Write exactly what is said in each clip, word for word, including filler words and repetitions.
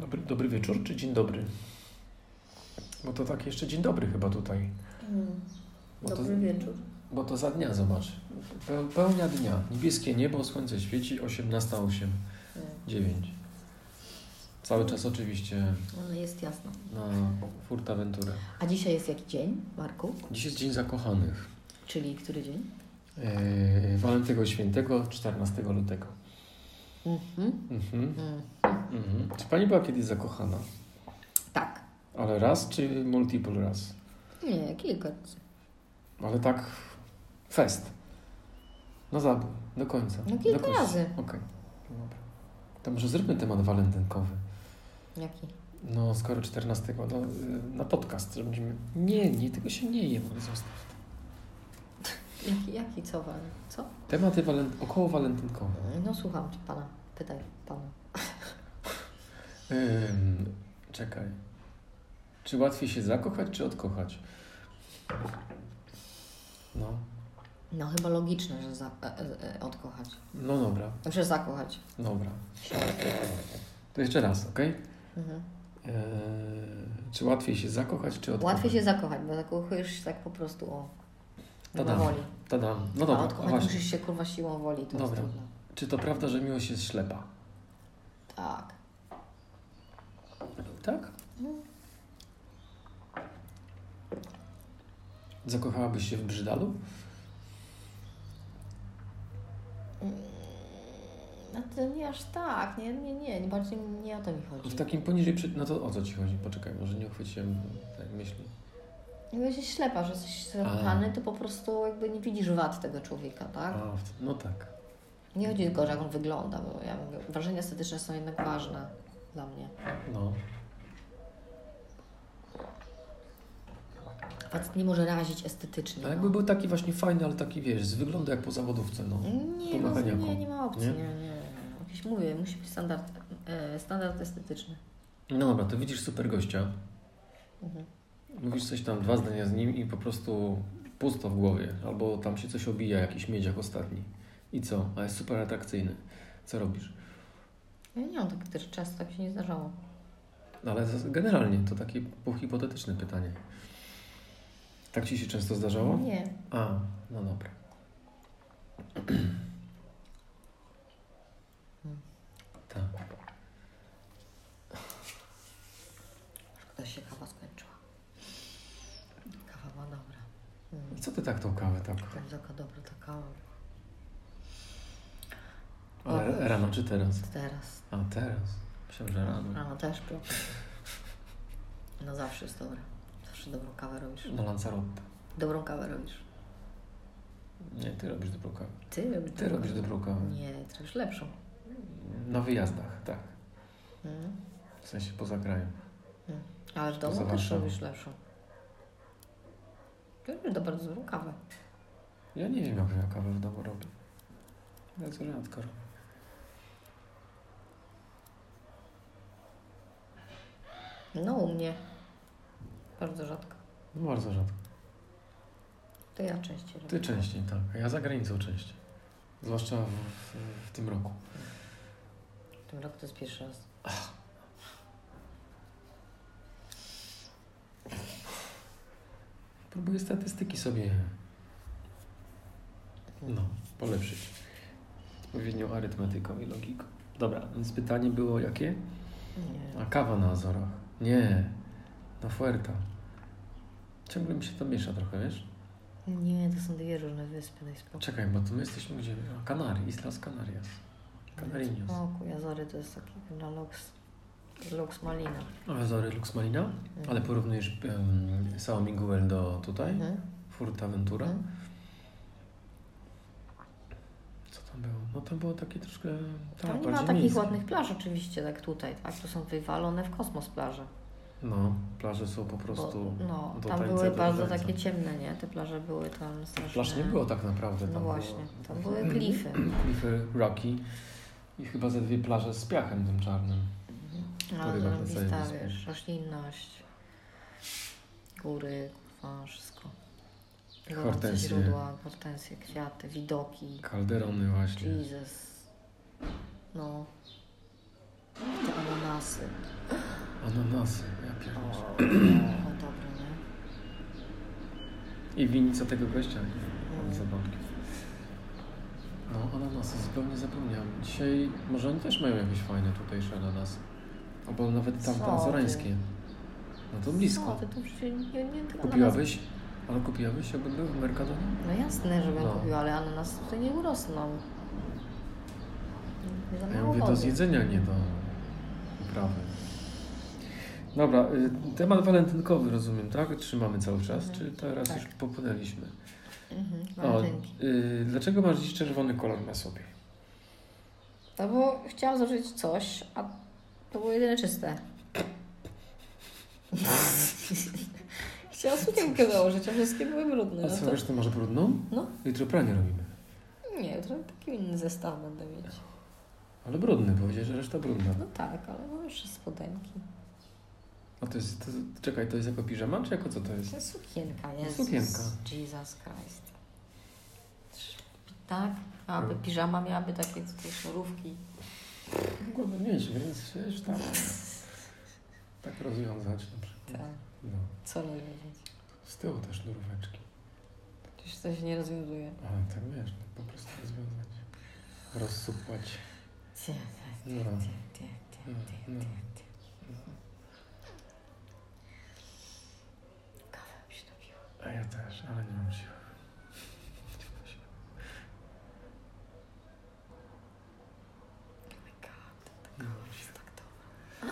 Dobry, dobry wieczór, czy dzień dobry? Bo to tak jeszcze dzień dobry chyba tutaj. Mm. Dobry to, wieczór. Bo to za dnia, zobacz. Pe- pełnia dnia. Niebieskie niebo, słońce świeci, osiemnasta osiem, dziewięć. Cały czas oczywiście Ale jest jasno. na Furtaventurę. A dzisiaj jest jaki dzień, Marku? Dziś jest Dzień Zakochanych. Czyli który dzień? Yy, Walentego Świętego, czternastego lutego. Mhm. Mhm. Mm. Mhm. Czy pani była kiedyś zakochana? Tak. Ale raz, czy multiple raz? Nie, kilka razy. Ale tak fest. No zabój, do końca. No kilka do końca. razy. Okej, okay. Dobra. To może zróbmy temat walentynkowy. Jaki? No, skoro czternastego, no, na podcast, że będziemy... Nie, nie, tego się nie je, mogę zostawić. Jaki, jaki, co? wal- Co? Tematy walent... około walentynkowe. No słucham cię, pana. Pytaj pana. Ym, czekaj. Czy łatwiej się zakochać, czy odkochać? No. No chyba logiczne, że za, e, e, odkochać. No dobra, Znaczy zakochać. dobra. To jeszcze raz, okej? Mhm. Eee, czy łatwiej się zakochać, czy odkochać? Łatwiej się zakochać, bo zakochujesz się tak po prostu o Tada. woli. Tadam. No A dobra, odkochać właśnie. musisz się kurwa siłą woli. To Dobra. jest trudne. Czy to prawda, że miłość jest ślepa? Tak. Tak? No. Zakochałabyś się w Brzydalu? No to nie aż tak, nie, nie, nie, nie, bardziej nie o to mi chodzi. W takim poniżej... Przy... No to o co ci chodzi? Poczekaj, może nie uchwyciłem tej myśli. Jak jesteś ślepa, że jesteś zakochany, to po prostu jakby nie widzisz wad tego człowieka, tak? A, w- no tak. Nie chodzi tylko, że jak on wygląda, bo ja mówię, wrażenia estetyczne są jednak ważne dla mnie. No. Facet nie może razić estetycznie. A jakby no. był taki właśnie fajny, ale taki, wiesz, z wyglądu jak po zawodówce, no. Nie, po no, mechaniaku. nie, nie ma opcji, Nie? nie, nie. nie. Jakiś mówię, musi być standard, e, standard estetyczny. No dobra, to widzisz super gościa, Mhm. mówisz coś tam, dwa zdania z nim i po prostu pusto w głowie, albo tam się coś obija, jakiś miedziak ostatni. I co? A jest super atrakcyjny. Co robisz? Ja nie mam tak też często, tak się nie zdarzało. No ale z- generalnie to takie półhipotetyczne pytanie. Tak ci się często zdarzało? Nie. A, no dobra. Tak. Szkoda się kawa skończyła. Kawa była dobra. Mm. I co ty tak tą kawę tak? To jest taka dobra ta kawa. Ale rano czy teraz? Teraz. A teraz? Myślałem, że rano. Rano też proszę. No zawsze jest dobra. Zawsze dobrą kawę robisz. Na Lanzarote. Dobrą kawę robisz. Nie, ty robisz dobrą kawę. Ty robisz Ty robisz dobrą kawę. Nie, ty robisz lepszą. Na wyjazdach, tak. Mm. W sensie poza krajem. Mm. Ale w Poza domu też Warszawą. robisz lepszą. Ty robisz do- bardzo dobrą kawę. Ja nie wiem, jak ja kawę w domu robię. Bardzo rzadko robię. No u mnie. Bardzo rzadko. No bardzo rzadko. To ja częściej robię. Ty częściej, tak. A ja za granicą częściej. Zwłaszcza w, w, w tym roku. W tym roku to jest pierwszy raz. Próbuję statystyki sobie no, polepszyć. Odpowiednią arytmetyką i logiką. Dobra, więc pytanie było jakie? Nie. A kawa na Azorach? Nie, na Fuerta. Ciągle mi się to miesza trochę, wiesz? Nie, to są dwie różne wyspy, daj spokój. Czekaj, bo tu my jesteśmy gdzie? A, Kanarii, Islas Canarias. Canarinos. Spokój, Azory to jest taki na Lux, Lux Malina. A Azory Lux Marina? Mhm. Ale porównujesz um, São Miguel do tutaj? Mhm. Furtaventura? Mhm. Co tam było? No to było takie troszkę... Tam tak, nie ma bardziej takich miejskie. ładnych plaż oczywiście, jak tutaj, tak? To są wywalone w kosmos plaże. No, plaże są po prostu... Bo, no, do tam tańca, były do bardzo tańca. takie ciemne, nie? Te plaże były tam straszne. Plaż nie było tak naprawdę. No Tam właśnie, było, tam były klify. Klify Rocky i chyba ze dwie plaże z piachem tym czarnym. No, Porywach na całej zarobista, wyspie. wiesz, roślinność, góry, kurwa, wszystko. Gorące Hortensje. źródła, hortensje, kwiaty, widoki. Kalderony właśnie. Jesus. No. Te ananasy. Ananasy, ja O, pierdolę. o, dobre, nie? I winica tego gościa. Mm. Zabawki. No, ananasy, zupełnie zapomniałem. Dzisiaj może oni też mają jakieś fajne tutejsze ananasy. Albo nawet tam Co transorańskie. No to blisko. Co, ty tu przecież nie, nie tylko Kupiłabyś? Ale kupiłabyś, jakby był w Mercadonie? No jasne, żebym No. kupiła, ale ananas tutaj nie urosną. Nie za A ja mało mówię do wody. zjedzenia, nie do uprawy. Dobra, y, temat walentynkowy rozumiem, tak? Trzymamy cały czas, Mhm. czy teraz Tak. już popłynęliśmy? Mhm, O, walentynki. y, dlaczego masz dziś czerwony kolor na sobie? No bo chciałam zażyć coś, a to było jedyne czyste. Chciałam sukienkę założyć, a wszystkie były brudne. A No co, to... resztę masz brudną? No. Jutro pranie robimy. Nie, jutro taki inny zestaw będę mieć. Ale brudny, powiedziałeś, że reszta brudna. No tak, ale mam jeszcze spodenki. A to jest, to, czekaj, to jest jako piżama, czy jako co to jest? To jest sukienka, Jezus. Sukienka. Jesus Christ. Tak, aby piżama miałaby takie tutaj sznurówki. Mogłoby mieć, więc wiesz, tak, tak rozwiązać na przykład. Tak. No. Co rozwiązać? Z tyłu też sznuróweczki. Przecież to się nie rozwiązuje. A, tak wiesz, no, po prostu rozwiązać. Rozsupłać. Cie, No. cie, cie, cie, cie, No. cie. Kawę bym się napiła. A ja też, ale nie mam siły. Nie mam siły. Oh my God, ta Nie kawa mam jest siły. tak dobra.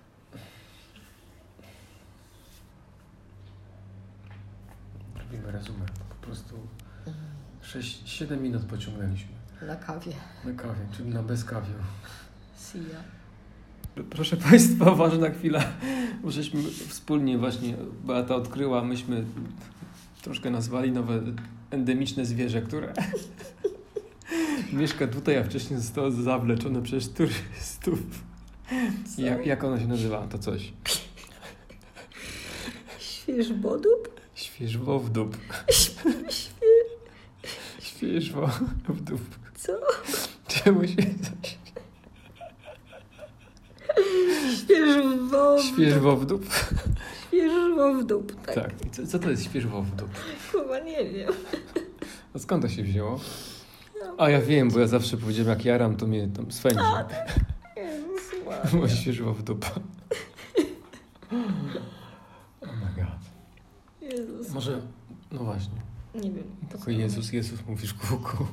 Robimy rezumę. Po prostu sześć siedem minut pociągnęliśmy Na kawie. na kawie, czyli na bezkawiu. See ya. Proszę Państwa, ważna chwila, bo żeśmy wspólnie właśnie, Beata odkryła, myśmy troszkę nazwali nowe endemiczne zwierzę, które mieszka tutaj, a wcześniej zostało zawleczone przez turystów. Jak, jak ono się nazywa, to coś? Świeżbodób? Świeżwowdób. Świeżwowdób. Co? Czemu się... Świeżwowdób. Świeżwowdób? Świeżwowdób, tak. Tak. I co, co to jest świeżwowdób? Chyba nie wiem. A skąd to się wzięło? A ja wiem, bo ja zawsze powiedziałem, jak jaram, to mnie tam swędzi. Jezus Bo Maria. świeżo w dupa. Oh my god. Jezus. Może, no właśnie. Nie wiem. To Tylko Jezus, Jezus mówisz kółku.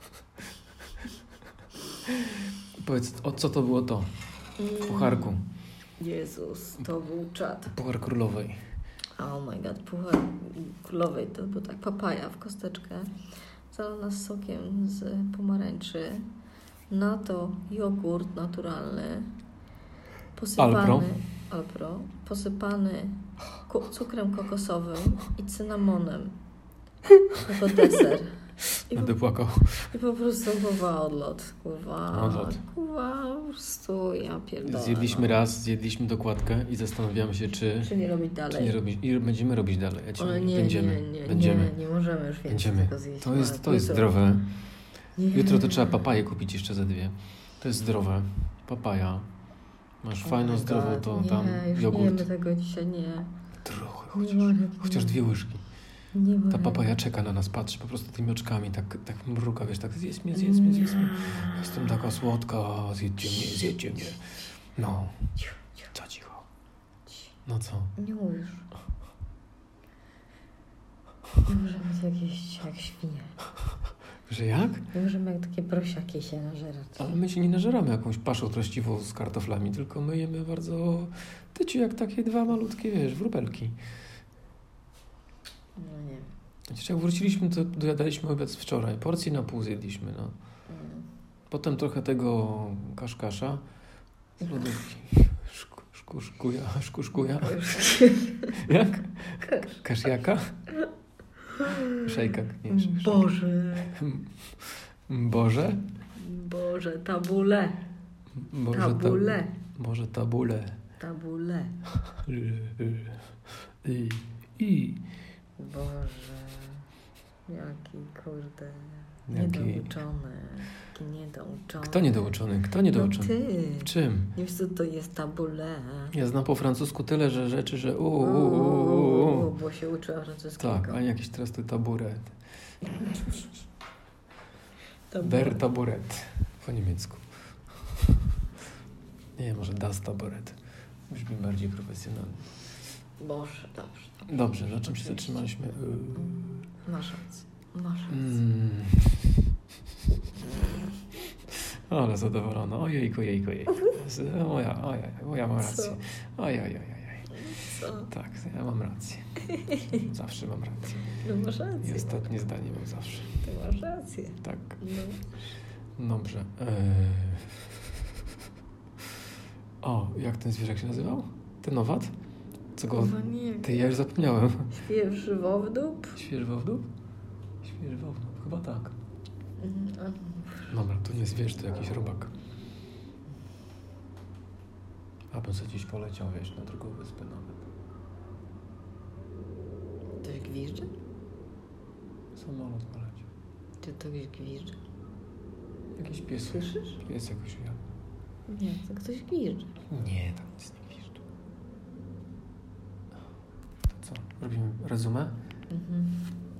Powiedz, o co to było to? W pucharku. Jezus, to był czad. Puchar królowej. Oh my god, puchar królowej to był tak papaja w kosteczkę, zalana z sokiem z pomarańczy, na to jogurt naturalny, posypany Alpro. Alpro, posypany ku- cukrem kokosowym i cynamonem jako deser. I Będę płakał. I po prostu kurwa odlot, kurwa, Odlot. kurwa, po prostu ja pierdolę. Zjedliśmy no. raz, zjedliśmy dokładkę i zastanawiamy się, czy, Czy nie robić dalej? czy nie robić. I będziemy robić dalej. Ja ci Ale mówię, nie, będziemy. nie, nie, będziemy. nie, nie możemy już więcej Będziemy. tego zjeść. To jest, ale to jest jutro- zdrowe. Nie. Jutro to trzeba papaję kupić jeszcze ze dwie. To jest zdrowe. Papaja. Masz Oh fajną, my zdrową God, to nie, tam już nie jogurt. jemy tego dzisiaj, nie. Trochę Nie, chociaż. Marek, Chociaż nie. dwie łyżki. Nie, Ta Marek. papaja czeka na nas, patrzy po prostu tymi oczkami, tak, tak mruga, wiesz, tak zjedz mnie, zjedz mnie, zjedz mnie. Jestem taka słodka, zjedźcie mnie, zjedźcie mnie. No, Cicho, cicho. co cicho? No co? Nie mówisz. Nie możemy być jakieś jak świnie. Że jak? Nie możemy jak takie prosiaki się nażerać. Ale my się nie nażeramy jakąś paszą treściwą z kartoflami, tylko my jemy bardzo tyci, jak takie dwa malutkie, wiesz, wróbelki. No nie. Przecież jak wróciliśmy, to dojadaliśmy obiad z wczoraj. Porcji na pół zjedliśmy, no. Mm. Potem trochę tego kaszkasza z lodówki. Szku, szku, szkuja, szku, szkuja. Jak? Kasziaka? Szejkak, nie szejkak. Boże. Boże? Boże, tabule. Boże, Tabule. Ta, Boże, tabule. Tabule. I, i. Boże. Jaki kurde. Jaki... Niedouczony. Taki niedouczony. Kto niedouczony? Kto niedouczony? No ty. W czym? Nie wiesz, co to jest tabule. Ja znam po francusku tyle, że rzeczy, że u, u, O, u, u. bo się uczyła francuskiego. Tak, a nie jakiś teraz to taburet. Taburet. Der taburet. Po niemiecku. Nie, może das taburet. Brzmi bardziej profesjonalnie. Boże, dobrze. Dobrze, na czym się zatrzymaliśmy? Masz rację. Masz rację. Mm. Ale zadowolona. Ojejku, jejku, jejku. O ja, o ja, o ja mam rację. Oj, oj, oj, oj. Co? Tak, ja mam rację. Zawsze mam rację. No masz rację. I ostatnie zdanie mam zawsze. Ty masz rację. Tak. No. Dobrze. Eee... O, jak ten zwierzak się nazywał? Ten owad? Co go... Kurwa, nie Ty, ja już zapomniałem. Świeży wowdób? Świeży wowdób? Świeży wowdób, chyba tak. Mhm. Dobra, to nie zwierz, to jakiś robak. Abym sobie gdzieś poleciał, wiesz, na drugą wyspę nawet. Ktoś gwizdże? Samolot poleciał. Czy to ktoś gwizdże? Jakiś pies. Słyszysz? Pies jakoś jadł. Nie, to ktoś gwizdże. Nie, tam nic nie gwizdże. To co, robimy rezumę? Mhm.